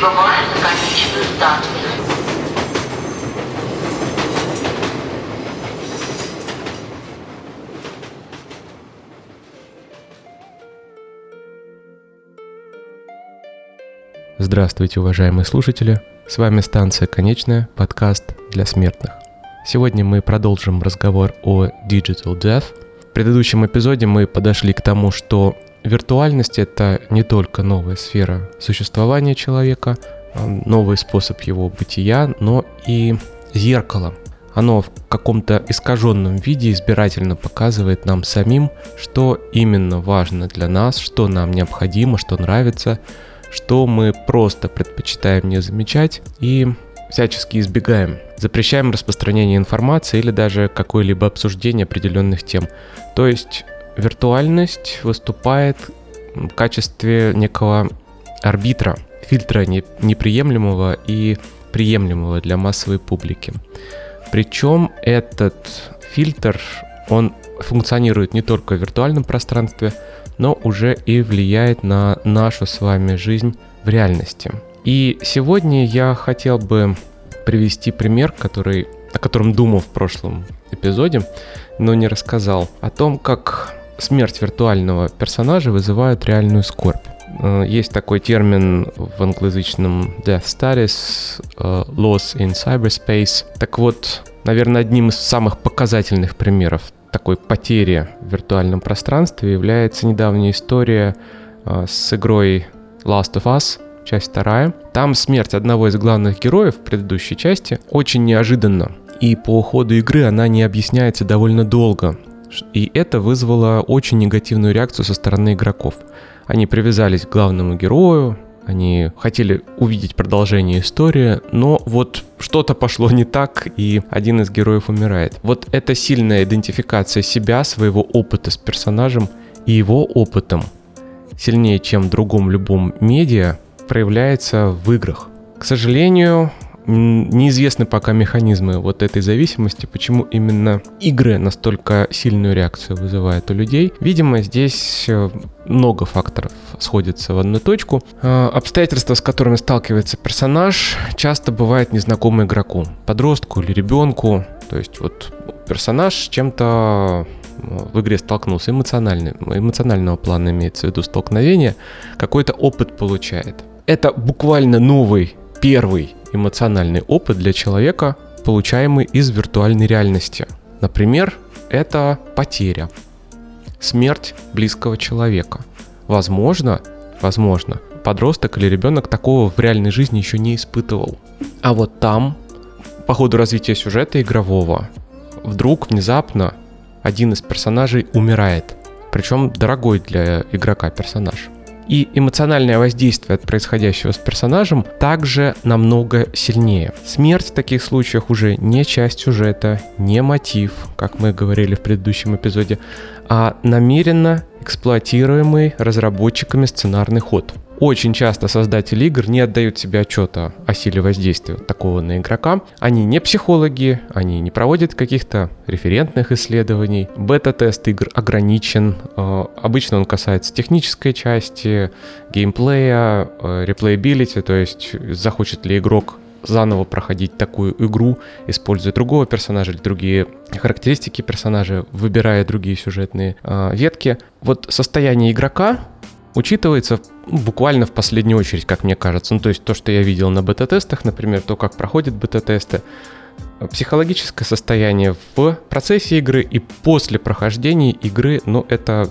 Прибываем на конечную станцию. Здравствуйте, уважаемые слушатели! С вами станция «Конечная», подкаст для смертных. Сегодня мы продолжим разговор о Digital Death. В предыдущем эпизоде мы подошли к тому, что виртуальность — это не только новая сфера существования человека, новый способ его бытия, но и зеркало. Оно в каком-то искаженном виде избирательно показывает нам самим, что именно важно для нас, что нам необходимо, что нравится, что мы просто предпочитаем не замечать и всячески избегаем. Запрещаем распространение информации или даже какое-либо обсуждение определенных тем. То есть виртуальность выступает в качестве некого арбитра, фильтра неприемлемого и приемлемого для массовой публики. Причем этот фильтр, он функционирует не только в виртуальном пространстве, но уже и влияет на нашу с вами жизнь в реальности. И сегодня я хотел бы привести пример, о котором думал в прошлом эпизоде, но не рассказал, о том, как смерть виртуального персонажа вызывает реальную скорбь. Есть такой термин в англоязычном Death Studies, Loss in Cyberspace. Так вот, наверное, одним из самых показательных примеров такой потери в виртуальном пространстве является недавняя история с игрой Last of Us, часть 2. Там смерть одного из главных героев в предыдущей части очень неожиданна. И по ходу игры она не объясняется довольно долго. И это вызвало очень негативную реакцию со стороны игроков. Они привязались к главному герою, они хотели увидеть продолжение истории, но вот что-то пошло не так, и один из героев умирает. Вот эта сильная идентификация себя, своего опыта с персонажем и его опытом, сильнее, чем в другом любом медиа, проявляется в играх. К сожалению, неизвестны пока механизмы вот этой зависимости, почему именно игры настолько сильную реакцию вызывают у людей. Видимо, здесь много факторов сходится в одну точку. Обстоятельства, с которыми сталкивается персонаж, часто бывают незнакомы игроку, подростку или ребенку. То есть вот персонаж с чем-то в игре столкнулся, эмоционального плана имеется в виду столкновение, какой-то опыт получает. Это буквально новый, первый эмоциональный опыт для человека, получаемый из виртуальной реальности. Например, это потеря, смерть близкого человека. Возможно, подросток или ребенок такого в реальной жизни еще не испытывал. А вот там, по ходу развития сюжета игрового, вдруг внезапно один из персонажей умирает. Причем дорогой для игрока персонаж. И эмоциональное воздействие от происходящего с персонажем также намного сильнее. Смерть в таких случаях уже не часть сюжета, не мотив, как мы говорили в предыдущем эпизоде, а намеренно эксплуатируемый разработчиками сценарный ход. Очень часто создатели игр не отдают себе отчета о силе воздействия такого на игрока. Они не психологи, они не проводят каких-то референтных исследований. Бета-тест игр ограничен. Обычно он касается технической части, геймплея, реплеябилити, то есть захочет ли игрок заново проходить такую игру, используя другого персонажа или другие характеристики персонажа, выбирая другие сюжетные ветки. Вот состояние игрока учитывается буквально в последнюю очередь, как мне кажется. То есть то, что я видел на бета-тестах, например, то, как проходят бета-тесты, психологическое состояние в процессе игры и после прохождения игры, это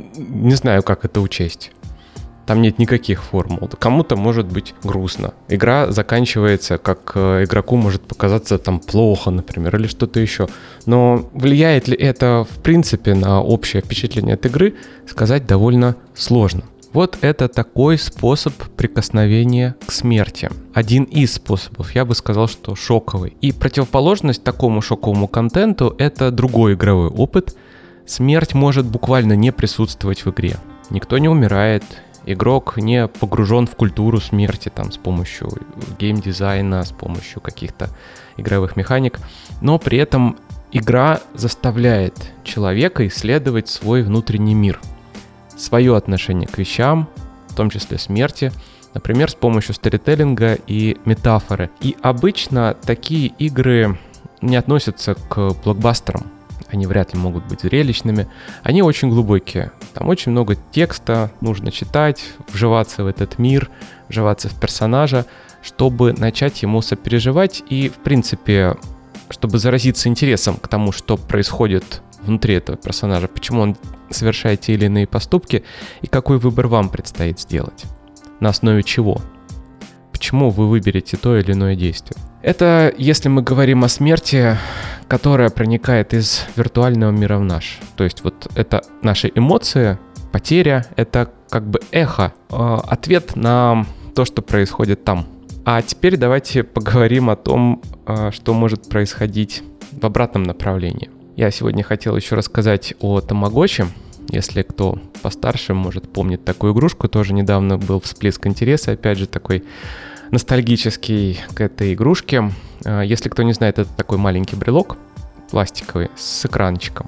не знаю, как это учесть. Там нет никаких формул. Кому-то может быть грустно. Игра заканчивается, как игроку может показаться там плохо, например, или что-то еще. Но влияет ли это в принципе на общее впечатление от игры, сказать довольно сложно. Вот это такой способ прикосновения к смерти. Один из способов, я бы сказал, что шоковый. И противоположность такому шоковому контенту — это другой игровой опыт. Смерть может буквально не присутствовать в игре. Никто не умирает, игрок не погружен в культуру смерти с помощью геймдизайна, с помощью каких-то игровых механик, но при этом игра заставляет человека исследовать свой внутренний мир, свое отношение к вещам, в том числе смерти, Например, с помощью сторителлинга и метафоры. И обычно такие игры не относятся к блокбастерам. Они вряд ли могут быть зрелищными. Они очень глубокие. Там очень много текста, нужно читать, вживаться в этот мир, вживаться в персонажа, чтобы начать ему сопереживать и, в принципе, чтобы заразиться интересом к тому, что происходит внутри этого персонажа, почему он совершает те или иные поступки и какой выбор вам предстоит сделать. На основе чего? Почему вы выберете то или иное действие? Это если мы говорим о смерти, которая проникает из виртуального мира в наш. То есть вот это наши эмоции, потеря, это как бы эхо, ответ на то, что происходит там. А теперь давайте поговорим о том, что может происходить в обратном направлении. Я сегодня хотел еще рассказать о Тамагочи. Если кто постарше, может, помнит такую игрушку, тоже недавно был всплеск интереса, опять же, такой ностальгический к этой игрушке. Если кто не знает, это такой маленький брелок пластиковый с экранчиком.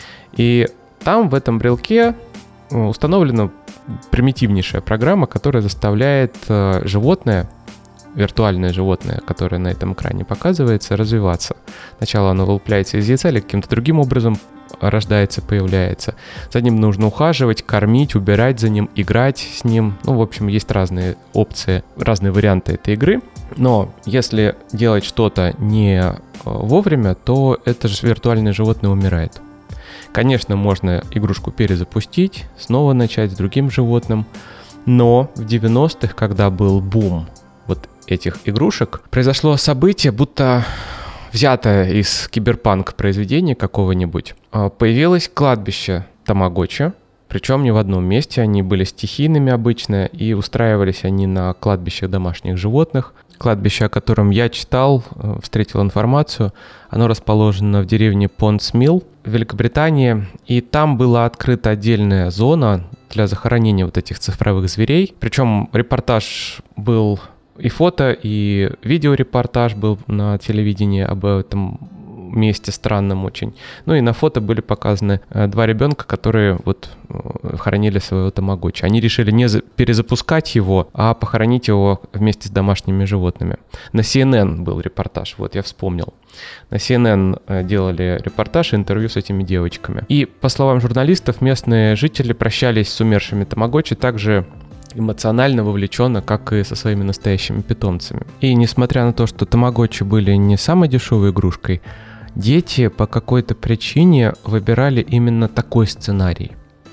И там в этом брелке установлена примитивнейшая программа, которая заставляет животное, виртуальное животное, которое на этом экране показывается, развиваться. Сначала оно вылупляется из яйца или каким-то другим образом рождается, появляется. За ним нужно ухаживать, кормить, убирать за ним, играть с ним. Ну, в общем, есть разные опции, разные варианты этой игры. Но если делать что-то не вовремя, то это же виртуальное животное умирает. Конечно, можно игрушку перезапустить, снова начать с другим животным. Но в 90-х, когда был бум вот этих игрушек, произошло событие, будто взятое из киберпанк произведения какого-нибудь. Появилось кладбище Тамагочи, причем не в одном месте, они были стихийными обычно, и устраивались они на кладбищах домашних животных. Кладбище, о котором я читал, встретил информацию, оно расположено в деревне Понс-Милл в Великобритании, и там была открыта отдельная зона для захоронения вот этих цифровых зверей. Причем репортаж был и фото, и видеорепортаж был на телевидении об этом месте странном очень. Ну и на фото были показаны два ребенка, которые вот хоронили своего тамагочи. Они решили не перезапускать его, а похоронить его вместе с домашними животными. На CNN был репортаж, вот я вспомнил. На CNN делали репортаж и интервью с этими девочками. И, по словам журналистов, местные жители прощались с умершими тамагочи также эмоционально вовлеченно, как и со своими настоящими питомцами. И несмотря на то, что тамагочи были не самой дешевой игрушкой, дети по какой-то причине выбирали именно такой сценарий.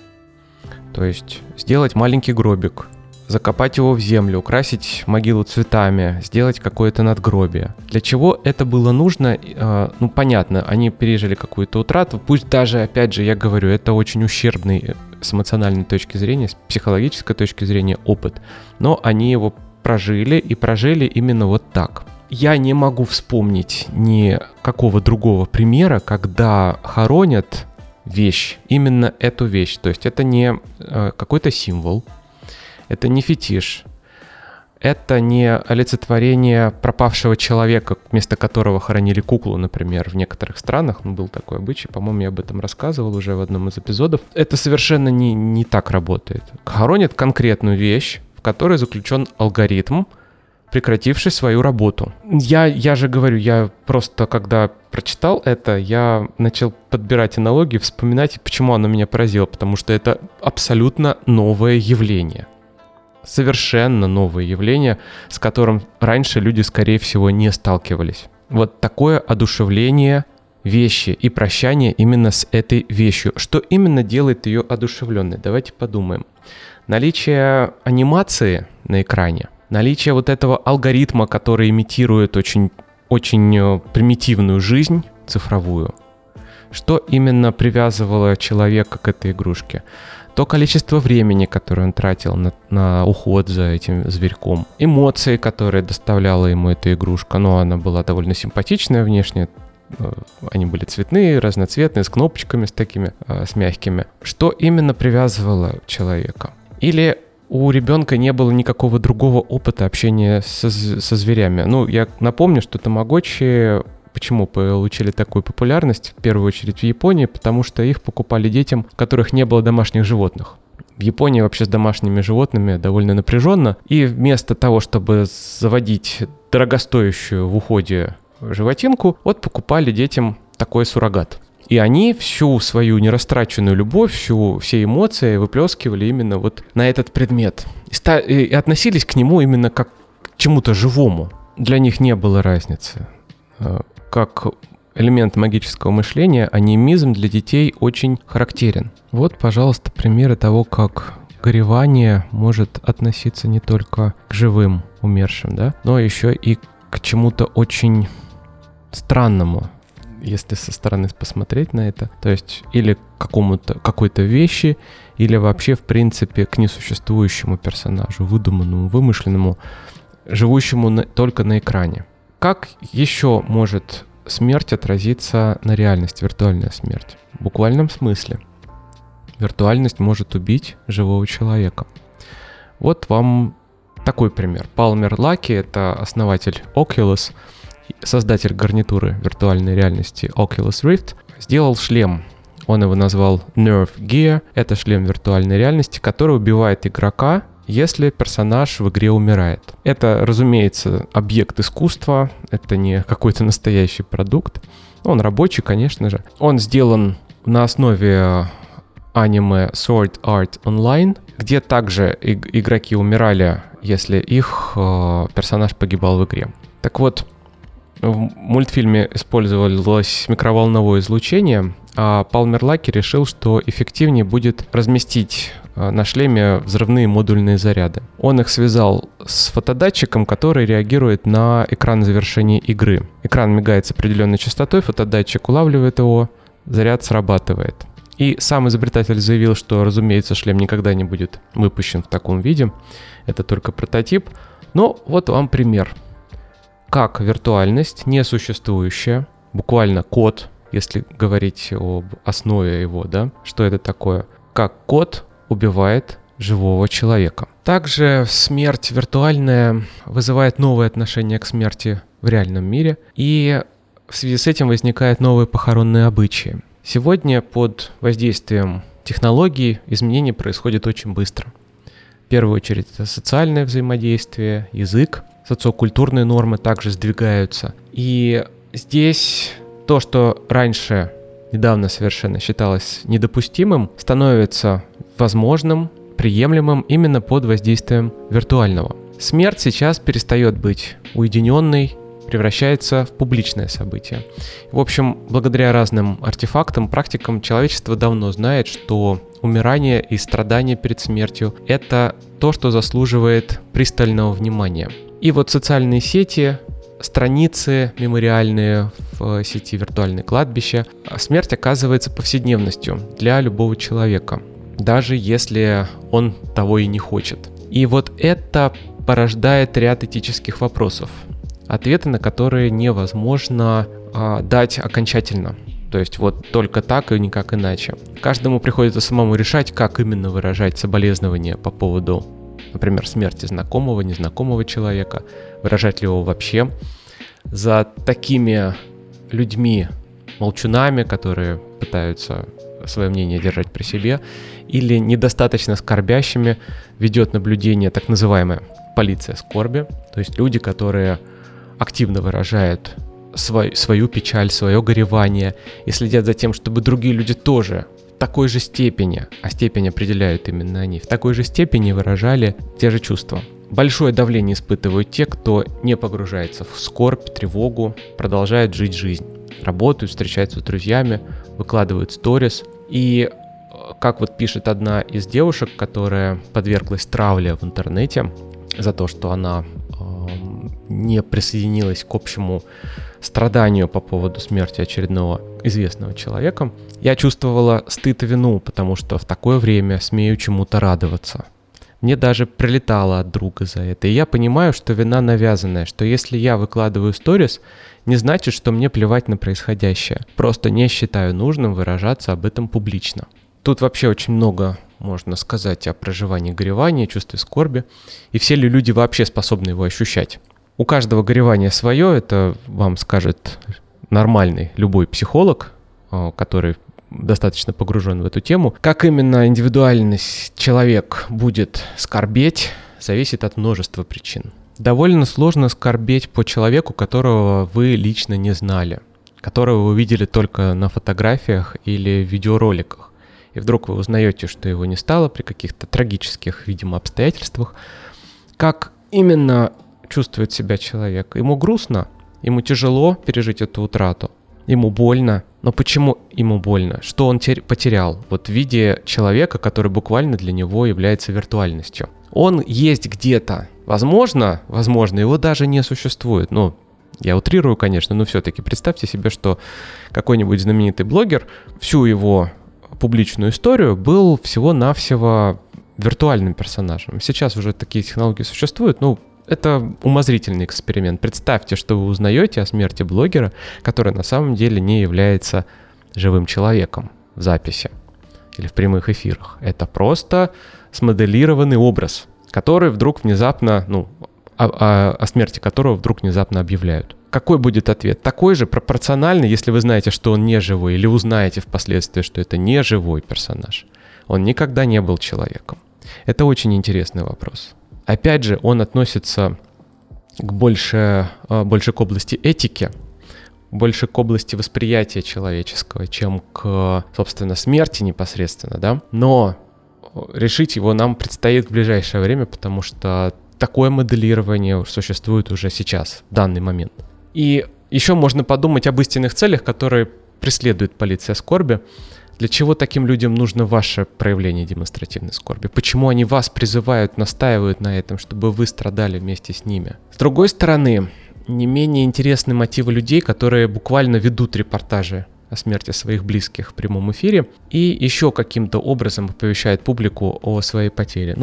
То есть сделать маленький гробик, закопать его в землю, украсить могилу цветами, сделать какое-то надгробие. Для чего это было нужно? Ну, понятно, они пережили какую-то утрату, пусть даже, опять же, я говорю, это очень ущербный с эмоциональной точки зрения, с психологической точки зрения опыт, но они его прожили и прожили именно вот так. Я не могу вспомнить никакого другого примера, когда хоронят вещь, именно эту вещь. То есть это не какой-то символ, это не фетиш, это не олицетворение пропавшего человека, вместо которого хоронили куклу, например, в некоторых странах. Был такой обычай, по-моему, я об этом рассказывал уже в одном из эпизодов. Это совершенно не так работает. Хоронят конкретную вещь, в которой заключен алгоритм, прекративший свою работу. Я же говорю, я просто, когда прочитал это, я начал подбирать аналогии, вспоминать, почему оно меня поразило, потому что это абсолютно новое явление. Совершенно новое явление, с которым раньше люди, скорее всего, не сталкивались. Вот такое одушевление вещи и прощание именно с этой вещью. Что именно делает ее одушевленной? Давайте подумаем. Наличие анимации на экране, наличие вот этого алгоритма, который имитирует очень примитивную жизнь цифровую. Что именно привязывало человека к этой игрушке? То количество времени, которое он тратил на уход за этим зверьком. Эмоции, которые доставляла ему эта игрушка. Но она была довольно симпатичная внешне. Они были цветные, разноцветные, с кнопочками, с такими, с мягкими. Что именно привязывало человека? Или у ребенка не было никакого другого опыта общения со зверями? Ну, я напомню, что тамагочи... Почему получили такую популярность, в первую очередь в Японии? Потому что их покупали детям, у которых не было домашних животных. В Японии вообще с домашними животными довольно напряженно, и вместо того, чтобы заводить дорогостоящую в уходе животинку, вот покупали детям такой суррогат. И они всю свою нерастраченную любовь, все эмоции выплескивали именно вот на этот предмет. И относились к нему именно как к чему-то живому. Для них не было разницы. Как элемент магического мышления, анимизм для детей очень характерен. Вот, пожалуйста, примеры того, как горевание может относиться не только к живым умершим, да, но еще и к чему-то очень странному, если со стороны посмотреть на это. То есть или к какой-то вещи, или вообще, в принципе, к несуществующему персонажу, выдуманному, вымышленному, живущему только на экране. Как еще может смерть отразится на реальность, виртуальная смерть? В буквальном смысле. Виртуальность может убить живого человека. Вот вам такой пример. Палмер Лаки — это основатель Oculus, создатель гарнитуры виртуальной реальности Oculus Rift, сделал шлем. Он его назвал Nerve Gear. Это шлем виртуальной реальности, который убивает игрока, если персонаж в игре умирает. Это, разумеется, объект искусства, это не какой-то настоящий продукт. Он рабочий, конечно же. Он сделан на основе аниме Sword Art Online, где также игроки умирали, если их персонаж погибал в игре. Так вот, в мультфильме использовалось микроволновое излучение, а Палмер Лаки решил, что эффективнее будет разместить на шлеме взрывные модульные заряды. Он их связал с фотодатчиком, который реагирует на экран завершения игры. Экран мигает с определенной частотой, фотодатчик улавливает его, заряд срабатывает. И сам изобретатель заявил, что, разумеется, шлем никогда не будет выпущен в таком виде. Это только прототип. Но вот вам пример. Как виртуальность, несуществующая, буквально код, если говорить об основе его, да, что это такое, как код убивает живого человека. Также смерть виртуальная вызывает новое отношение к смерти в реальном мире, и в связи с этим возникают новые похоронные обычаи. Сегодня под воздействием технологий изменения происходят очень быстро. В первую очередь это социальное взаимодействие, язык, социокультурные нормы также сдвигаются. И здесь то, что раньше, недавно совершенно считалось недопустимым, становится возможным, приемлемым именно под воздействием виртуального. Смерть сейчас перестает быть уединенной, превращается в публичное событие. В общем, благодаря разным артефактам, практикам, человечество давно знает, что умирание и страдание перед смертью — это то, что заслуживает пристального внимания. И вот социальные сети, страницы мемориальные в сети «Виртуальное кладбище», смерть оказывается повседневностью для любого человека, даже если он того и не хочет. И вот это порождает ряд этических вопросов, ответы на которые невозможно дать окончательно. То есть вот только так и никак иначе. Каждому приходится самому решать, как именно выражать соболезнования по поводу, например, смерти знакомого, незнакомого человека, выражать ли его вообще. За такими людьми, молчунами, которые пытаются свое мнение держать при себе, или недостаточно скорбящими, ведет наблюдение так называемая полиция скорби, то есть люди, которые активно выражают свою печаль, свое горевание и следят за тем, чтобы другие люди тоже в такой же степени, а степень определяют именно они, в такой же степени выражали те же чувства. Большое давление испытывают те, кто не погружается в скорбь, тревогу, продолжает жить жизнь. Работают, встречаются с друзьями, выкладывают сторис. И как вот пишет одна из девушек, которая подверглась травле в интернете за то, что она не присоединилась к общему страданию по поводу смерти очередного известного человека, я чувствовала стыд и вину, потому что в такое время смею чему-то радоваться. Мне даже прилетало от друга за это. И я понимаю, что вина навязанная, что если я выкладываю сторис, не значит, что мне плевать на происходящее. Просто не считаю нужным выражаться об этом публично. Тут вообще очень много можно сказать о проживании горевания, чувстве скорби. И все ли люди вообще способны его ощущать? У каждого горевания свое, это вам скажет нормальный любой психолог, который достаточно погружен в эту тему. Как именно индивидуальность человек будет скорбеть, зависит от множества причин. Довольно сложно скорбеть по человеку, которого вы лично не знали, которого вы видели только на фотографиях или в видеороликах. И вдруг вы узнаете, что его не стало при каких-то трагических, видимо, обстоятельствах. Как именно чувствует себя человек? Ему грустно, ему тяжело пережить эту утрату, ему больно. Но почему ему больно? Что он потерял? Вот в виде человека, который буквально для него является виртуальностью. Он есть где-то. Возможно, его даже не существует. Ну, я утрирую, конечно, но все-таки представьте себе, что какой-нибудь знаменитый блогер всю его публичную историю был всего-навсего виртуальным персонажем. Сейчас уже такие технологии существуют, это умозрительный эксперимент. Представьте, что вы узнаете о смерти блогера, который на самом деле не является живым человеком в записи или в прямых эфирах. Это просто смоделированный образ, который вдруг внезапно, о смерти которого вдруг внезапно объявляют. Какой будет ответ? Такой же, пропорциональный, если вы знаете, что он не живой, или узнаете впоследствии, что это не живой персонаж. Он никогда не был человеком. Это очень интересный вопрос. Опять же, он относится больше к области этики, больше к области восприятия человеческого, чем к, собственно, смерти непосредственно, да? Но решить его нам предстоит в ближайшее время, потому что такое моделирование существует уже сейчас, в данный момент. И еще можно подумать об истинных целях, которые преследует полиция скорби. Для чего таким людям нужно ваше проявление демонстративной скорби? Почему они вас призывают, настаивают на этом, чтобы вы страдали вместе с ними? С другой стороны, не менее интересны мотивы людей, которые буквально ведут репортажи о смерти своих близких в прямом эфире и еще каким-то образом оповещают публику о своей потере.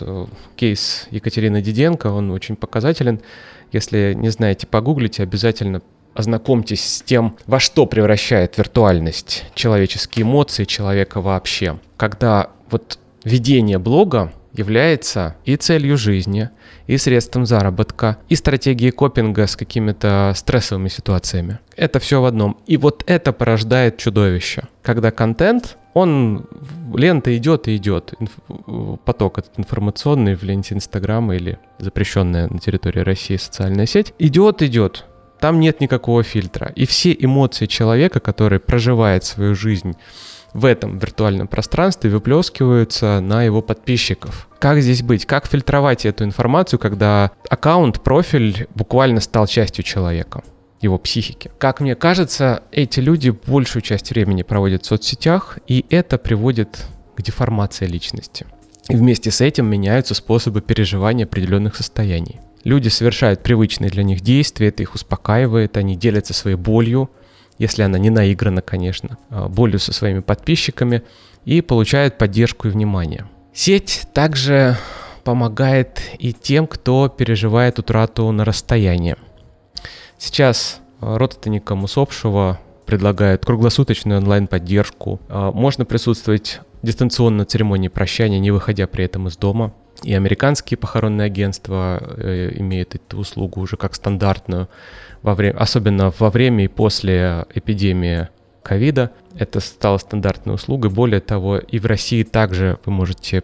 Кейс Екатерины Диденко, он очень показателен. Если не знаете, погуглите, обязательно ознакомьтесь с тем, во что превращает виртуальность человеческие эмоции человека вообще. Когда ведение блога является и целью жизни, и средством заработка, и стратегией копинга с какими-то стрессовыми ситуациями. Это все в одном. И это порождает чудовище. Когда контент, лента идет и идет. Поток этот информационный в ленте Инстаграма или запрещенная на территории России социальная сеть, идет. Там нет никакого фильтра. И все эмоции человека, который проживает свою жизнь в этом виртуальном пространстве, выплескиваются на его подписчиков. Как здесь быть? Как фильтровать эту информацию, когда аккаунт, профиль буквально стал частью человека, его психики? Как мне кажется, эти люди большую часть времени проводят в соцсетях, и это приводит к деформации личности. И вместе с этим меняются способы переживания определенных состояний. Люди совершают привычные для них действия, это их успокаивает, они делятся своей болью, если она не наиграна, конечно, болью со своими подписчиками, и получают поддержку и внимание. Сеть также помогает и тем, кто переживает утрату на расстоянии. Сейчас родственникам усопшего предлагают круглосуточную онлайн-поддержку. Можно присутствовать дистанционно на церемонии прощания, не выходя при этом из дома. И американские похоронные агентства имеют эту услугу уже как стандартную, особенно во время и после эпидемии ковида. Это стало стандартной услугой. Более того, и в России также вы можете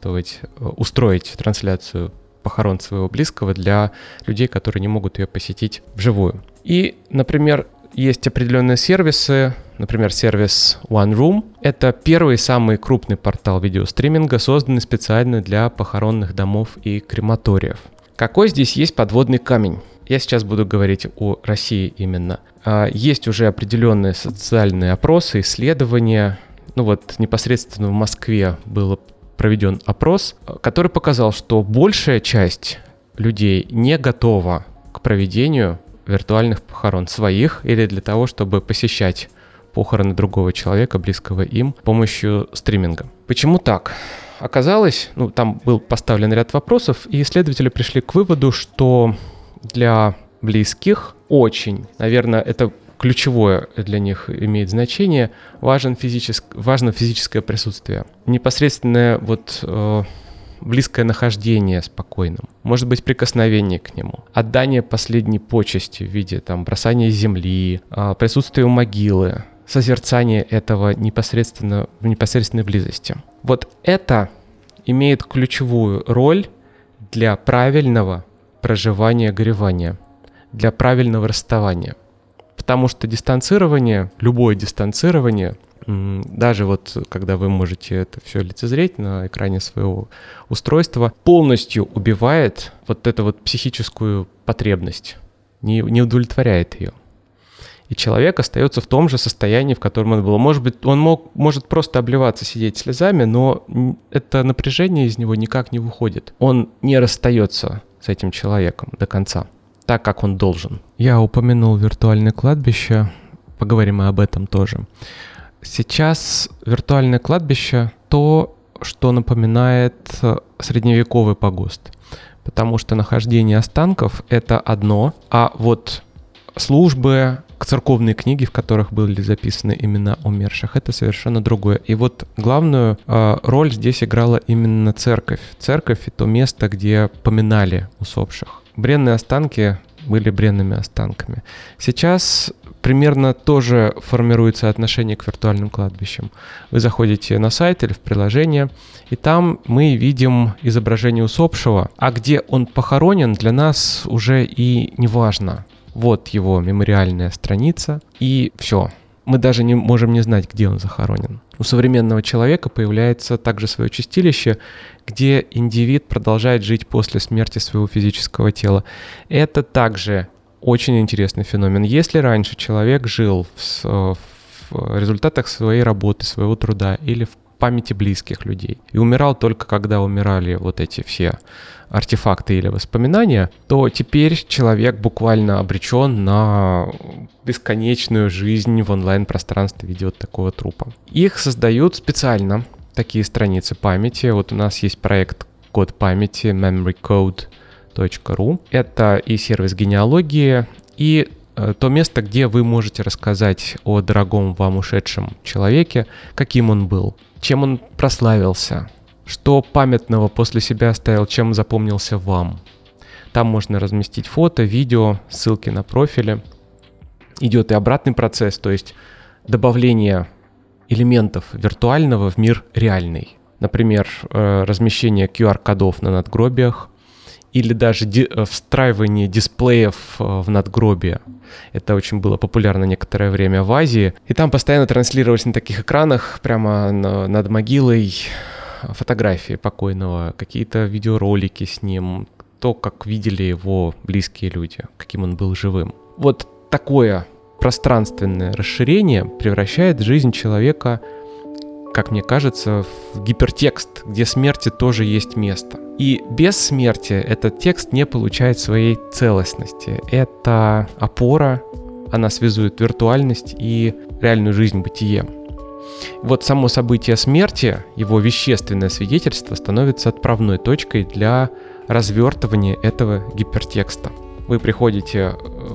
устроить трансляцию похорон своего близкого для людей, которые не могут ее посетить вживую. И, например, есть определенные сервисы, например, сервис OneRoom. Это первый самый крупный портал видеостриминга, созданный специально для похоронных домов и крематориев. Какой здесь есть подводный камень? Я сейчас буду говорить о России именно. Есть уже определенные социальные опросы, исследования. Непосредственно в Москве был проведен опрос, который показал, что большая часть людей не готова к проведению виртуальных похорон своих или для того, чтобы посещать похороны другого человека, близкого им, с помощью стриминга. Почему так? Оказалось, там был поставлен ряд вопросов, и исследователи пришли к выводу, что для близких очень, наверное, это ключевое для них имеет значение, важно физическое присутствие. Непосредственное близкое нахождение спокойным, может быть, прикосновение к нему, отдание последней почести в виде бросания земли, присутствие у могилы, созерцание этого в непосредственной близости. Вот это имеет ключевую роль для правильного проживания горевания, для правильного расставания. Потому что дистанцирование, любое дистанцирование, даже вот когда вы можете это все лицезреть на экране своего устройства, полностью убивает вот эту вот психическую потребность, не удовлетворяет ее. И человек остается в том же состоянии, в котором он был. Может быть, он может просто обливаться, сидеть слезами, но это напряжение из него никак не выходит. Он не расстается с этим человеком до конца, так как он должен. Я упомянул виртуальное кладбище, поговорим и об этом тоже. Сейчас виртуальное кладбище — то, что напоминает средневековый погост, потому что нахождение останков — это одно, а вот службы, церковные книги, в которых были записаны имена умерших, это совершенно другое. И вот главную роль здесь играла именно церковь. Церковь — это то место, где поминали усопших. Бренные останки были бренными останками. Сейчас примерно тоже формируется отношение к виртуальным кладбищам. Вы заходите на сайт или в приложение, и там мы видим изображение усопшего, а где он похоронен, для нас уже и не важно. Вот его мемориальная страница, и все. Мы даже не можем не знать, где он захоронен. У современного человека появляется также свое чистилище, где индивид продолжает жить после смерти своего физического тела. Это также очень интересный феномен. Если раньше человек жил в результатах своей работы, своего труда или в памяти близких людей и умирал только когда умирали вот эти все артефакты или воспоминания, то теперь человек буквально обречен на бесконечную жизнь в онлайн-пространстве в виде вот такого трупа. Их создают специально, такие страницы памяти. Вот у нас есть проект «Код памяти» memorycode.ru. Это и сервис генеалогии, и то место, где вы можете рассказать о дорогом вам ушедшем человеке, каким он был, чем он прославился, что памятного после себя оставил, чем запомнился вам. Там можно разместить фото, видео, ссылки на профили. Идет и обратный процесс, то есть добавление элементов виртуального в мир реальный. Например, размещение QR-кодов на надгробиях или даже встраивание дисплеев в надгробие. Это очень было популярно некоторое время в Азии. И там постоянно транслировались на таких экранах прямо над могилой фотографии покойного, какие-то видеоролики с ним, то, как видели его близкие люди, каким он был живым. Вот такое пространственное расширение превращает жизнь человека, как мне кажется, в гипертекст, где смерти тоже есть место. И без смерти этот текст не получает своей целостности. Это опора, она связует виртуальность и реальную жизнь, бытие. Вот само событие смерти, его вещественное свидетельство, становится отправной точкой для развертывания этого гипертекста. Вы приходите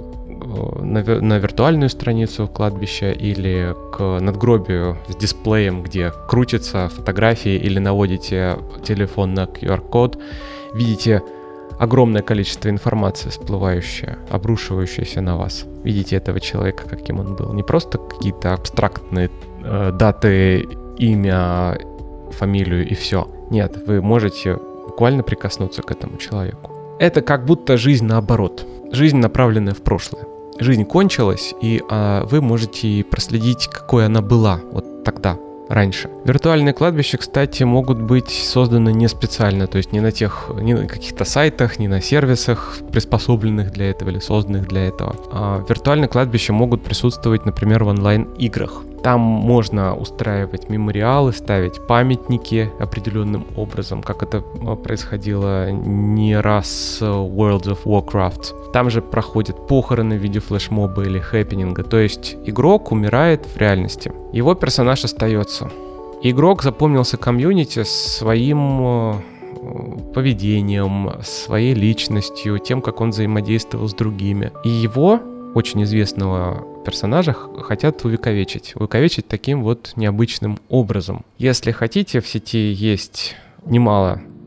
на виртуальную страницу кладбища или к надгробию с дисплеем, где крутятся фотографии, или наводите телефон на QR-код, видите огромное количество информации, всплывающее, обрушивающееся на вас. Видите этого человека, каким он был. Не просто какие-то абстрактные даты, имя, фамилию и все. Нет, вы можете буквально прикоснуться к этому человеку. Это как будто жизнь наоборот. Жизнь, направленная в прошлое. Жизнь кончилась, и вы можете проследить, какой она была вот тогда, раньше. Виртуальные кладбища, кстати, могут быть созданы не специально, то есть не на каких-то сайтах, не на сервисах, приспособленных для этого или созданных для этого. Виртуальные кладбища могут присутствовать, например, в онлайн-играх. Там можно устраивать мемориалы, ставить памятники определенным образом, как это происходило не раз в World of Warcraft. Там же проходят похороны в виде флешмоба или хэппининга, то есть игрок умирает в реальности, его персонаж остается. Игрок запомнился комьюнити своим поведением, своей личностью, тем, как он взаимодействовал с другими. И его, очень известного персонажа, хотят увековечить таким вот необычным образом. Если хотите, в сети есть немало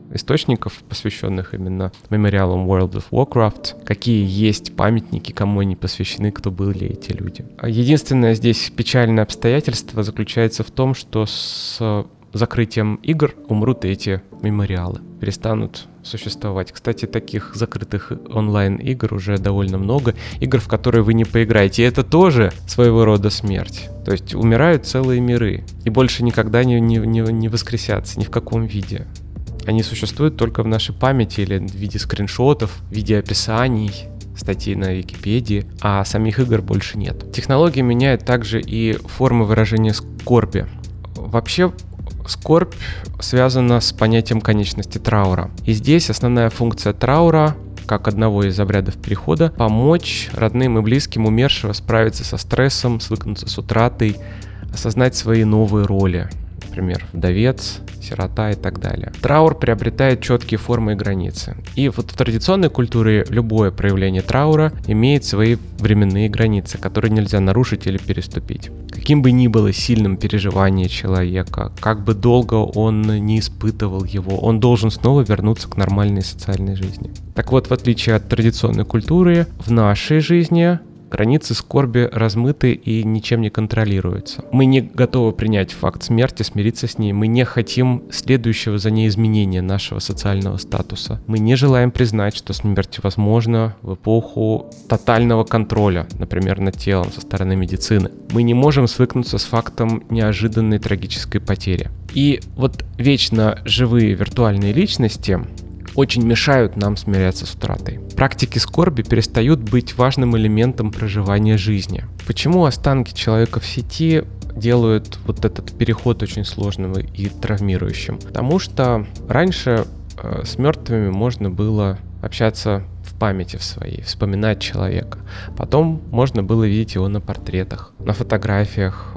источников, посвященных именно мемориалам World of Warcraft, какие есть памятники, кому они посвящены, кто были эти люди. Единственное здесь печальное обстоятельство заключается в том, что с закрытием игр умрут эти мемориалы, перестанут существовать. Кстати, таких закрытых онлайн-игр уже довольно много, игр, в которые вы не поиграете. И это тоже своего рода смерть. То есть умирают целые миры и больше никогда не воскресятся ни в каком виде. Они существуют только в нашей памяти или в виде скриншотов, в виде описаний, статей на Википедии, а самих игр больше нет. Технологии меняют также и формы выражения скорби. Вообще, скорбь связана с понятием конечности траура. И здесь основная функция траура, как одного из обрядов перехода, помочь родным и близким умершего справиться со стрессом, свыкнуться с утратой, осознать свои новые роли. Например, вдовец, сирота и так далее. Траур приобретает четкие формы и границы. И вот в традиционной культуре любое проявление траура имеет свои временные границы, которые нельзя нарушить или переступить. Каким бы ни было сильным переживание человека, как бы долго он не испытывал его, он должен снова вернуться к нормальной социальной жизни. Так вот, в отличие от традиционной культуры, в нашей жизни границы скорби размыты и ничем не контролируются. Мы не готовы принять факт смерти, смириться с ней. Мы не хотим следующего за ней изменения нашего социального статуса. Мы не желаем признать, что смерть возможна в эпоху тотального контроля, например, над телом со стороны медицины. Мы не можем свыкнуться с фактом неожиданной трагической потери. И вот вечно живые виртуальные личности очень мешают нам смиряться с утратой. Практики скорби перестают быть важным элементом проживания жизни. Почему останки человека в сети делают вот этот переход очень сложным и травмирующим? Потому что раньше с мертвыми можно было общаться в памяти в своей, вспоминать человека. Потом можно было видеть его на портретах, на фотографиях,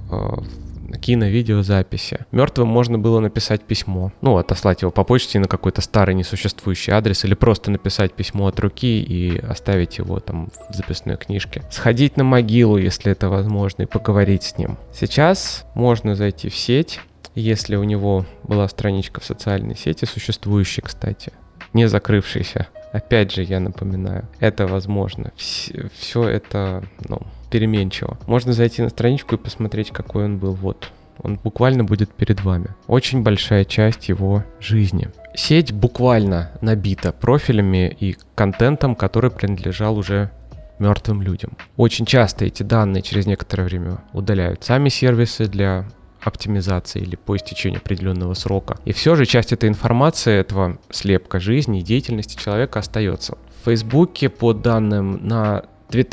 кино-видеозаписи. Мертвым можно было написать письмо, отослать его по почте на какой-то старый несуществующий адрес или просто написать письмо от руки и оставить его там в записной книжке. Сходить на могилу, если это возможно, и поговорить с ним. Сейчас можно зайти в сеть, если у него была страничка в социальной сети, существующей, кстати, не закрывшейся. Опять же, я напоминаю, это возможно. Все это, переменчиво. Можно зайти на страничку и посмотреть, какой он был. Вот, он буквально будет перед вами. Очень большая часть его жизни. Сеть буквально набита профилями и контентом, который принадлежал уже мертвым людям. Очень часто эти данные через некоторое время удаляют сами сервисы для оптимизации или по истечению определенного срока. И все же часть этой информации, этого слепка жизни и деятельности человека остается. В Фейсбуке, по данным на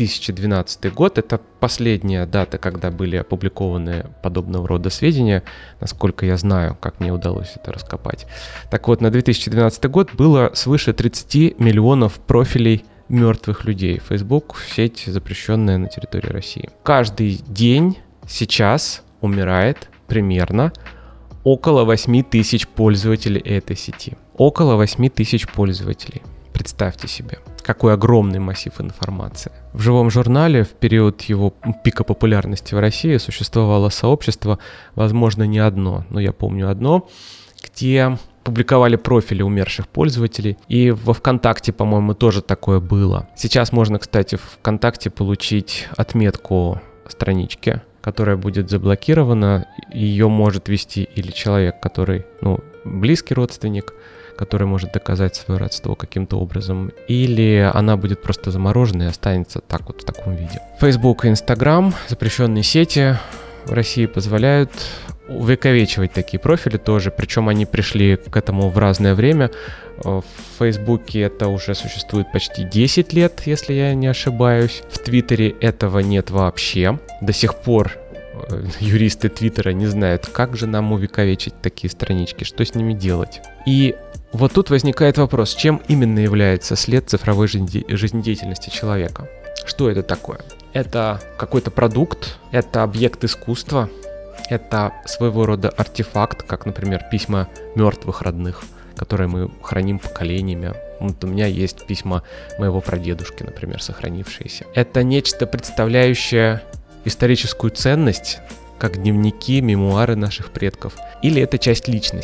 2012 год, это последняя дата, когда были опубликованы подобного рода сведения, насколько я знаю, как мне удалось это раскопать. Так вот, на 2012 год было свыше 30 миллионов профилей мертвых людей. Facebook — сеть, запрещенная на территории России. Каждый день сейчас умирает примерно около 8 тысяч пользователей этой сети. Около 8 тысяч пользователей. Представьте себе, какой огромный массив информации. В живом журнале в период его пика популярности в России существовало сообщество, возможно, не одно, но я помню одно, где публиковали профили умерших пользователей. И во ВКонтакте, по-моему, тоже такое было. Сейчас можно, кстати, в ВКонтакте получить отметку странички, которая будет заблокирована. Ее может вести или человек, который, близкий родственник, который может доказать свое родство каким-то образом, или она будет просто заморожена и останется так вот в таком виде. Facebook и Instagram, запрещенные сети в России, позволяют увековечивать такие профили тоже, причем они пришли к этому в разное время. В Фейсбуке это уже существует почти 10 лет, если я не ошибаюсь. В Твиттере этого нет вообще. До сих пор юристы Твиттера не знают, как же нам увековечить такие странички, что с ними делать. И вот тут возникает вопрос, чем именно является след цифровой жизнедеятельности человека? Что это такое? Это какой-то продукт, это объект искусства, это своего рода артефакт, как, например, письма мертвых родных, которые мы храним поколениями. Вот у меня есть письма моего прадедушки, например, сохранившиеся. Это нечто, представляющее историческую ценность, как дневники, мемуары наших предков. Или это часть личности.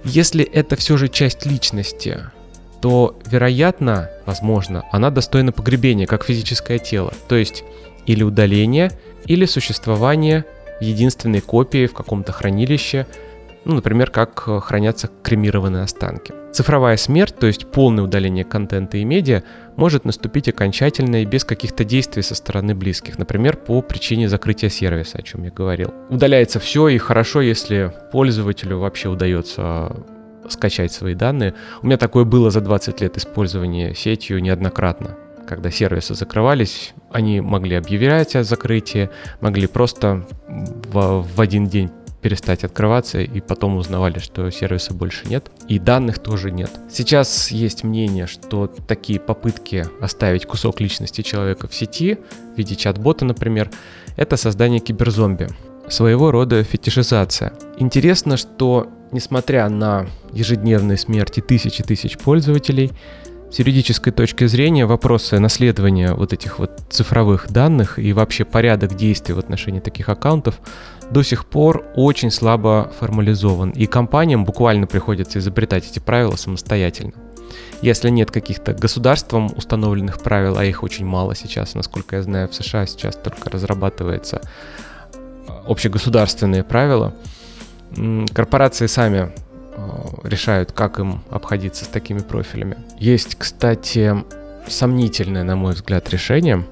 Если это все же часть личности, то, вероятно, возможно, она достойна погребения, как физическое тело. То есть или удаление, или существование единственной копии в каком-то хранилище, например, как хранятся кремированные останки. Цифровая смерть, то есть полное удаление контента и медиа, может наступить окончательно и без каких-то действий со стороны близких, например, по причине закрытия сервиса, о чем я говорил. Удаляется все, и хорошо, если пользователю вообще удается скачать свои данные. У меня такое было за 20 лет использования сетью неоднократно. Когда сервисы закрывались, они могли объявлять о закрытии, могли просто в один день перестать открываться, и потом узнавали, что сервиса больше нет, и данных тоже нет. Сейчас есть мнение, что такие попытки оставить кусок личности человека в сети, в виде чат-бота, например, это создание киберзомби. Своего рода фетишизация. Интересно, что несмотря на ежедневные смерти тысяч пользователей, с юридической точки зрения вопросы наследования вот этих вот цифровых данных и вообще порядок действий в отношении таких аккаунтов до сих пор очень слабо формализован, и компаниям буквально приходится изобретать эти правила самостоятельно. Если нет каких-то государством установленных правил, а их очень мало сейчас, насколько я знаю, в США сейчас только разрабатываются общегосударственные правила, корпорации сами решают, как им обходиться с такими профилями. Есть, кстати, сомнительное, на мой взгляд, решение.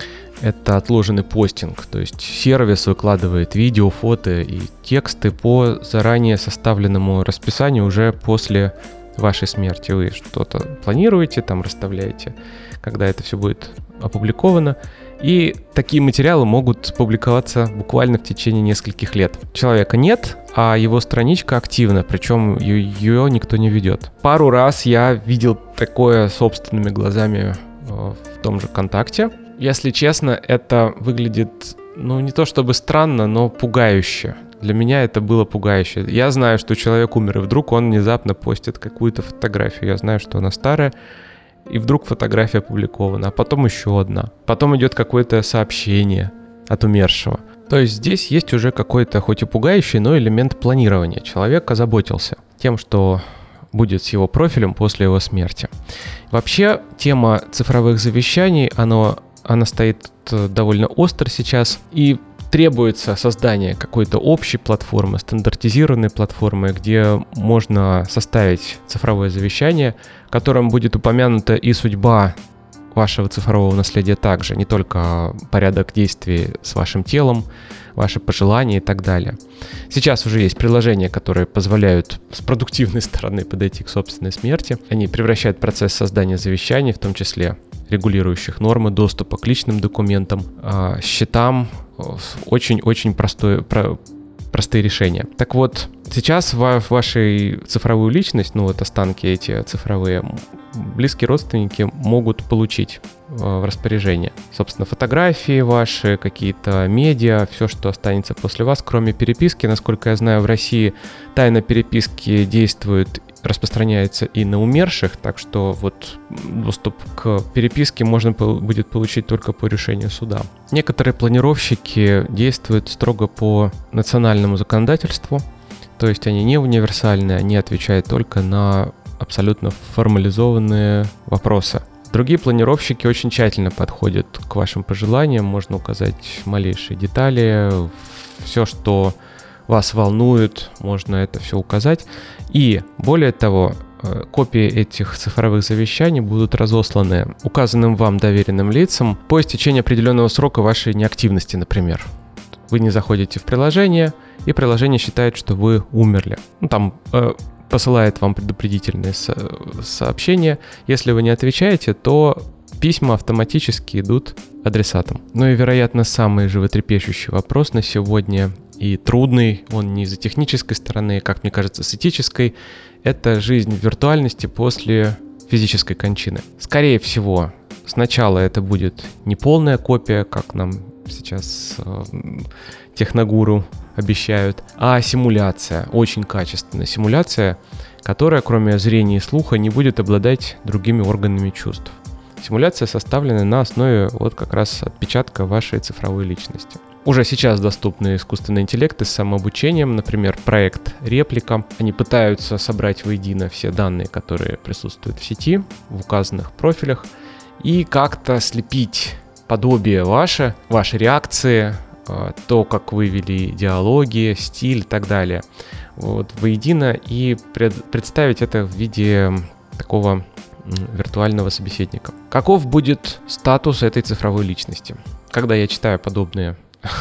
Это отложенный постинг, то есть сервис выкладывает видео, фото и тексты по заранее составленному расписанию уже после вашей смерти. Вы что-то планируете, там расставляете, когда это все будет опубликовано. И такие материалы могут публиковаться буквально в течение нескольких лет. Человека нет, а его страничка активна, причем ее никто не ведет. Пару раз я видел такое собственными глазами в том же ВКонтакте. Если честно, это выглядит, не то чтобы странно, но пугающе. Для меня это было пугающе. Я знаю, что человек умер, и вдруг он внезапно постит какую-то фотографию. Я знаю, что она старая, и вдруг фотография опубликована, а потом еще одна. Потом идет какое-то сообщение от умершего. То есть здесь есть уже какой-то, хоть и пугающий, но элемент планирования. Человек озаботился тем, что будет с его профилем после его смерти. Вообще, тема цифровых завещаний, она стоит довольно остро сейчас, и требуется создание какой-то общей платформы, стандартизированной платформы, где можно составить цифровое завещание, в котором будет упомянута и судьба вашего цифрового наследия также, не только порядок действий с вашим телом, ваши пожелания и так далее. Сейчас уже есть приложения, которые позволяют с продуктивной стороны подойти к собственной смерти. Они превращают процесс создания завещаний, в том числе регулирующих нормы доступа к личным документам, счетам, очень-очень простые решения. Так вот, сейчас вашей цифровую личность, останки эти цифровые, близкие родственники могут получить в распоряжение. Собственно, фотографии ваши, какие-то медиа, все, что останется после вас, кроме переписки. Насколько я знаю, в России тайна переписки распространяется и на умерших, так что доступ к переписке можно будет получить только по решению суда. Некоторые планировщики действуют строго по национальному законодательству, то есть они не универсальны, они отвечают только на абсолютно формализованные вопросы. Другие планировщики очень тщательно подходят к вашим пожеланиям, можно указать малейшие детали, все, что вас волнует, можно это все указать. И более того, копии этих цифровых завещаний будут разосланы указанным вам доверенным лицам по истечении определенного срока вашей неактивности, например. Вы не заходите в приложение, и приложение считает, что вы умерли. Там посылает вам предупредительное сообщение. Если вы не отвечаете, то письма автоматически идут адресатам. И, вероятно, самый животрепещущий вопрос на сегодня и трудный, он не из-за технической стороны, как мне кажется, с этической, это жизнь в виртуальности после физической кончины. Скорее всего, сначала это будет не полная копия, как нам сейчас техногуру обещают, а симуляция, очень качественная симуляция, которая, кроме зрения и слуха, не будет обладать другими органами чувств. Симуляция составлена на основе вот как раз отпечатка вашей цифровой личности. Уже сейчас доступны искусственные интеллекты с самообучением, например, проект Реплика. Они пытаются собрать воедино все данные, которые присутствуют в сети, в указанных профилях, и как-то слепить подобие ваши реакции, то, как вы вели диалоги, стиль и так далее, вот, воедино, и представить это в виде такого виртуального собеседника. Каков будет статус этой цифровой личности? Когда я читаю подобные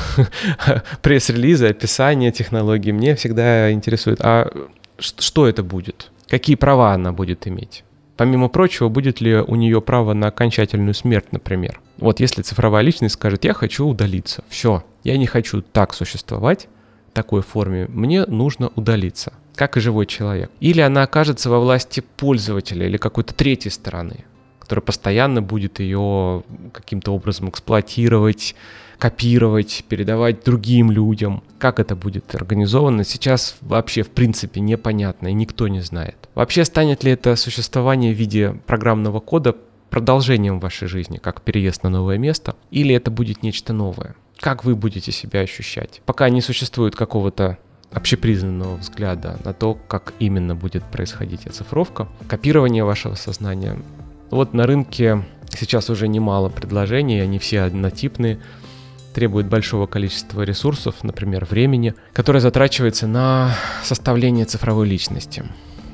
пресс-релизы, описания технологий, мне всегда интересует, а что это будет? Какие права она будет иметь? Помимо прочего, будет ли у нее право на окончательную смерть, например? Вот если цифровая личность скажет, я хочу удалиться, все, я не хочу так существовать, в такой форме, мне нужно удалиться, как и живой человек. Или она окажется во власти пользователя или какой-то третьей стороны, которая постоянно будет ее каким-то образом эксплуатировать, копировать, передавать другим людям. Как это будет организовано, сейчас вообще в принципе непонятно и никто не знает. Вообще станет ли это существование в виде программного кода продолжением вашей жизни, как переезд на новое место, или это будет нечто новое? Как вы будете себя ощущать? Пока не существует какого-то общепризнанного взгляда на то, как именно будет происходить оцифровка, копирование вашего сознания. Вот на рынке сейчас уже немало предложений, они все однотипные, требуют большого количества ресурсов, например, времени, которое затрачивается на составление цифровой личности.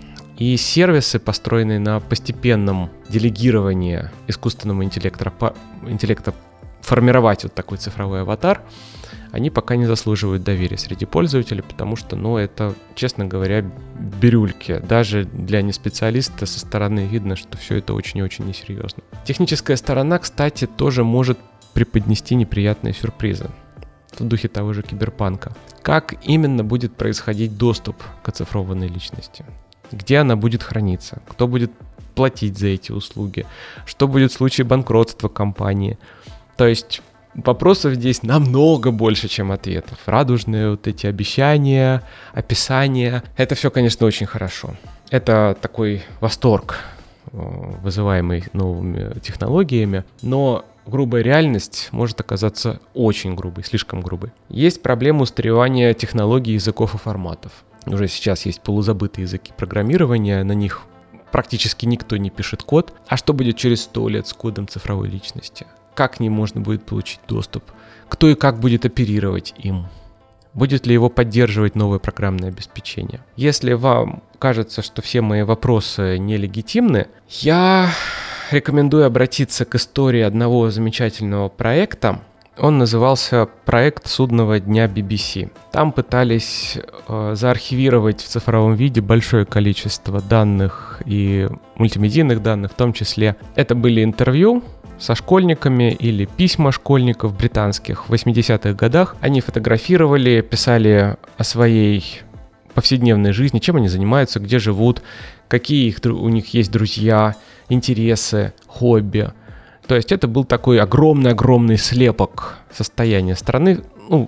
И сервисы, построенные на постепенном делегировании искусственного интеллекта формировать вот такой цифровой аватар, они пока не заслуживают доверия среди пользователей, потому что, это, честно говоря, бирюльки. Даже для неспециалиста со стороны видно, что все это очень и очень несерьезно. Техническая сторона, кстати, тоже может преподнести неприятные сюрпризы в духе того же киберпанка. Как именно будет происходить доступ к оцифрованной личности? Где она будет храниться? Кто будет платить за эти услуги? Что будет в случае банкротства компании? То есть вопросов здесь намного больше, чем ответов. Радужные вот эти обещания, описания. Это все, конечно, очень хорошо. Это такой восторг, вызываемый новыми технологиями, но грубая реальность может оказаться очень грубой, слишком грубой. Есть проблема устаревания технологий, языков и форматов. Уже сейчас есть полузабытые языки программирования, на них практически никто не пишет код. А что будет через 100 лет с кодом цифровой личности? Как к ним можно будет получить доступ? Кто и как будет оперировать им? Будет ли его поддерживать новое программное обеспечение? Если вам кажется, что все мои вопросы нелегитимны, я рекомендую обратиться к истории одного замечательного проекта. Он назывался «Проект судного дня BBC». Там пытались заархивировать в цифровом виде большое количество данных и мультимедийных данных в том числе. Это были интервью со школьниками или письма школьников британских в 80-х годах. Они фотографировали, писали о своей повседневной жизни, чем они занимаются, где живут, какие у них есть друзья, интересы, хобби. То есть это был такой огромный-огромный слепок состояния страны.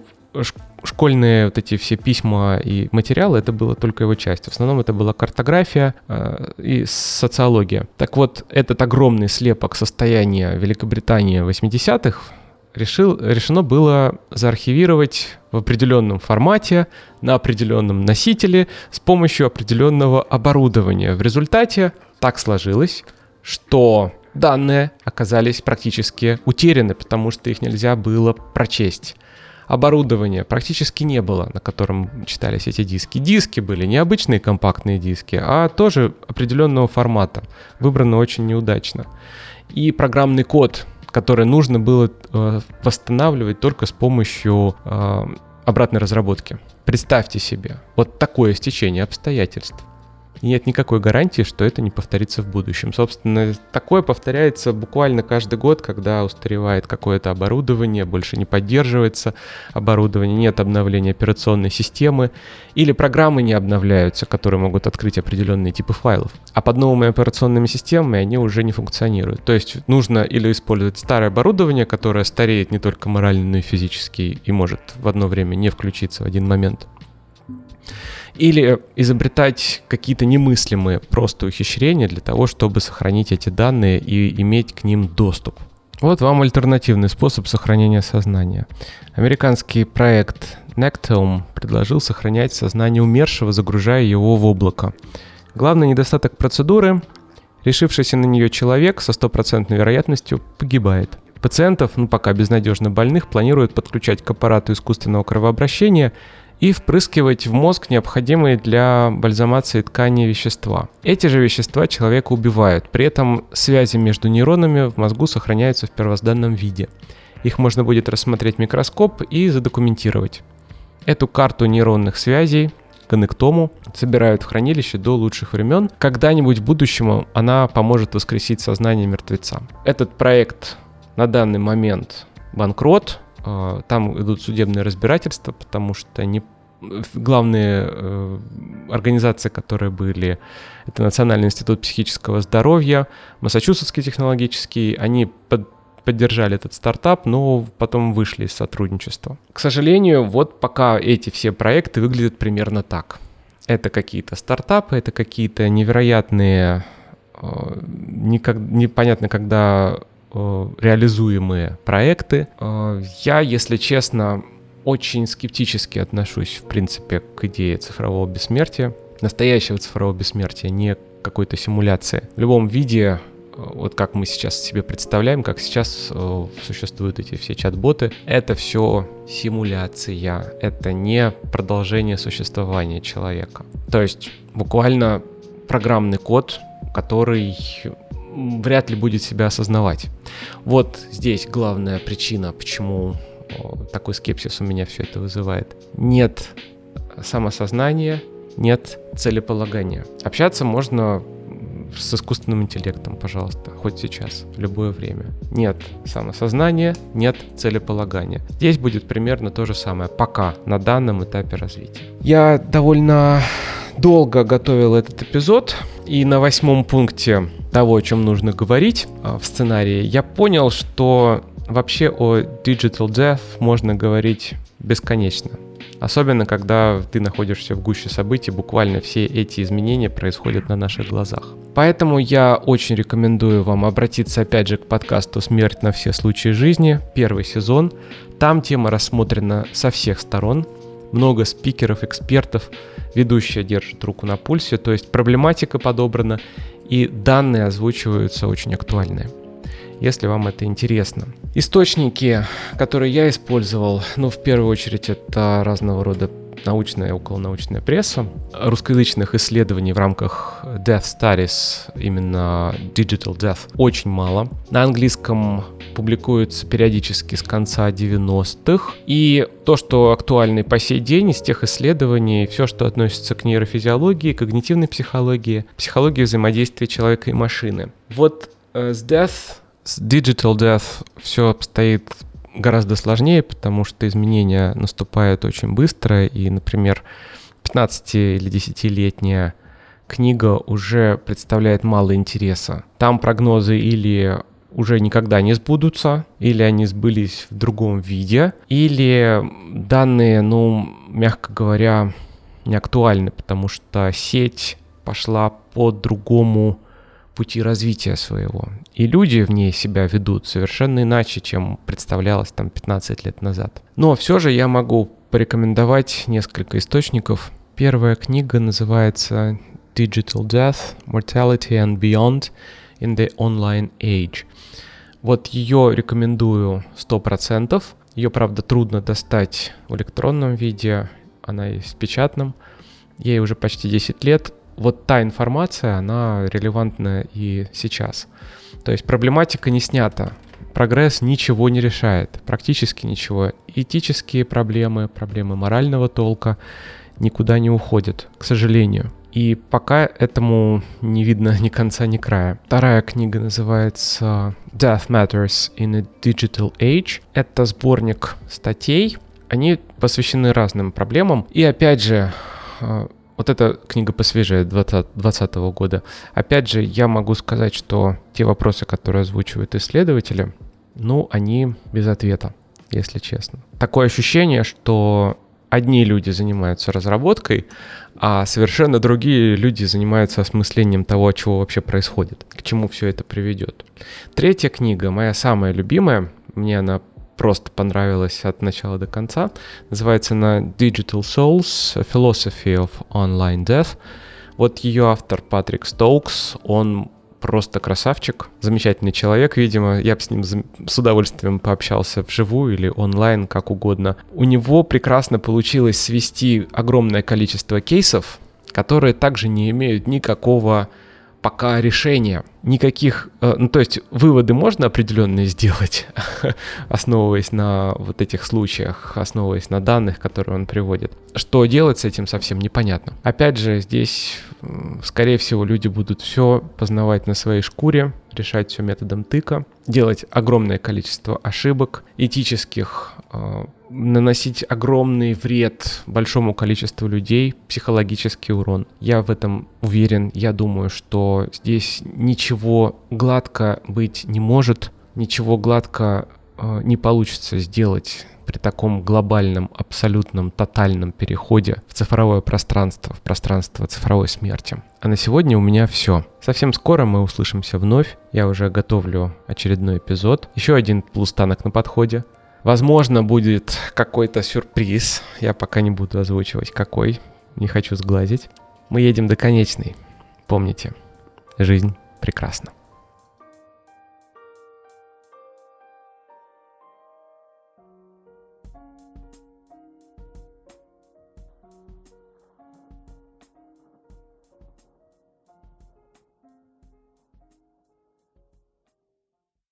Школьные вот эти все письма и материалы, это было только его часть. В основном это была картография и социология. Так вот, этот огромный слепок состояния Великобритании 80-х решено было заархивировать в определенном формате, на определенном носителе, с помощью определенного оборудования. В результате так сложилось, что данные оказались практически утеряны, потому что их нельзя было прочесть. Оборудования практически не было, на котором читались эти диски. Диски были не обычные компактные диски, а тоже определенного формата, выбрано очень неудачно. И программный код, который нужно было восстанавливать только с помощью обратной разработки. Представьте себе, вот такое стечение обстоятельств. И нет никакой гарантии, что это не повторится в будущем. Собственно, такое повторяется буквально каждый год, когда устаревает какое-то оборудование, больше не поддерживается оборудование, нет обновления операционной системы, или программы не обновляются, которые могут открыть определенные типы файлов. А под новыми операционными системами они уже не функционируют. То есть нужно или использовать старое оборудование, которое стареет не только морально, но и физически, и может в одно время не включиться в один момент, или изобретать какие-то немыслимые просто ухищрения для того, чтобы сохранить эти данные и иметь к ним доступ. Вот вам альтернативный способ сохранения сознания. Американский проект Nectome предложил сохранять сознание умершего, загружая его в облако. Главный недостаток процедуры – решившийся на нее человек со 100% вероятностью погибает. Пациентов, пока безнадежно больных, планируют подключать к аппарату искусственного кровообращения и впрыскивать в мозг необходимые для бальзамации ткани вещества. Эти же вещества человека убивают, при этом связи между нейронами в мозгу сохраняются в первозданном виде. Их можно будет рассмотреть в микроскоп и задокументировать. Эту карту нейронных связей, коннектому, собирают в хранилище до лучших времен. Когда-нибудь в будущем она поможет воскресить сознание мертвеца. Этот проект на данный момент банкрот. Там идут судебные разбирательства, потому что главные организации, которые были, это Национальный институт психического здоровья, Массачусетский технологический, они поддержали этот стартап, но потом вышли из сотрудничества. К сожалению, вот пока эти все проекты выглядят примерно так. Это какие-то стартапы, это какие-то невероятные, непонятно когда реализуемые проекты. Я, если честно, очень скептически отношусь, в принципе, к идее цифрового бессмертия, настоящего цифрового бессмертия, не какой-то симуляции. В любом виде, вот как мы сейчас себе представляем, как сейчас существуют эти все чат-боты, это все симуляция, это не продолжение существования человека. То есть буквально программный код, который вряд ли будет себя осознавать. Вот здесь главная причина, почему такой скепсис у меня все это вызывает. Нет самосознания, нет целеполагания. Общаться можно с искусственным интеллектом, пожалуйста, хоть сейчас, в любое время. Нет самосознания, нет целеполагания. Здесь будет примерно то же самое, пока на данном этапе развития. Я довольно долго готовил этот эпизод, и на 8 пункте того, о чем нужно говорить в сценарии, я понял, что вообще о Digital Death можно говорить бесконечно. Особенно, когда ты находишься в гуще событий, буквально все эти изменения происходят на наших глазах. Поэтому я очень рекомендую вам обратиться опять же к подкасту «Смерть на все случаи жизни», 1 сезон. Там тема рассмотрена со всех сторон. Много спикеров, экспертов, ведущая держит руку на пульсе, то есть проблематика подобрана, и данные озвучиваются очень актуальные, если вам это интересно. Источники, которые я использовал, в первую очередь это разного рода научная и околонаучная пресса, русскоязычных исследований в рамках Death Studies, именно Digital Death, очень мало. На английском публикуется периодически с конца 90-х. И то, что актуально и по сей день из тех исследований, все, что относится к нейрофизиологии, когнитивной психологии, психологии взаимодействия человека и машины. Вот с Digital Death все обстоит гораздо сложнее, потому что изменения наступают очень быстро, и, например, 15 или 10-летняя книга уже представляет мало интереса. Там прогнозы или уже никогда не сбудутся, или они сбылись в другом виде, или данные, мягко говоря, не актуальны, потому что сеть пошла по другому пути развития своего. И люди в ней себя ведут совершенно иначе, чем представлялось 15 лет назад. Но все же я могу порекомендовать несколько источников. Первая книга называется Digital Death, Mortality and Beyond in the Online Age. Вот ее рекомендую 100%. Ее, правда, трудно достать в электронном виде, она есть в печатном. Ей уже почти 10 лет. Вот та информация, она релевантна и сейчас. То есть проблематика не снята. Прогресс ничего не решает, практически ничего. Этические проблемы, проблемы морального толка никуда не уходят, к сожалению. И пока этому не видно ни конца, ни края. Вторая книга называется Death Matters in a Digital Age. Это сборник статей. Они посвящены разным проблемам. И опять же, вот эта книга посвежее 2020 года. Опять же, я могу сказать, что те вопросы, которые озвучивают исследователи, они без ответа, если честно. Такое ощущение, что одни люди занимаются разработкой, а совершенно другие люди занимаются осмыслением того, чего вообще происходит, к чему все это приведет. Третья книга, моя самая любимая, мне она просто понравилась от начала до конца, называется она Digital Souls: A Philosophy of Online Death. Вот ее автор Патрик Стоукс, он просто красавчик, замечательный человек, видимо, я бы с ним с удовольствием пообщался вживую или онлайн, как угодно. У него прекрасно получилось свести огромное количество кейсов, которые также не имеют никакого пока решения, никаких, то есть выводы можно определенные сделать, основываясь на вот этих случаях, основываясь на данных, которые он приводит. Что делать с этим совсем непонятно. Опять же, здесь, скорее всего, люди будут все познавать на своей шкуре, решать все методом тыка, делать огромное количество ошибок, этических, наносить огромный вред большому количеству людей, психологический урон. Я в этом уверен, я думаю, что здесь ничего гладко быть не может, ничего гладко не получится сделать при таком глобальном, абсолютном, тотальном переходе в цифровое пространство, в пространство цифровой смерти. А на сегодня у меня все. Совсем скоро мы услышимся вновь. Я уже готовлю очередной эпизод. Еще один полустанок на подходе. Возможно, будет какой-то сюрприз. Я пока не буду озвучивать какой. Не хочу сглазить. Мы едем до конечной. Помните, жизнь прекрасна.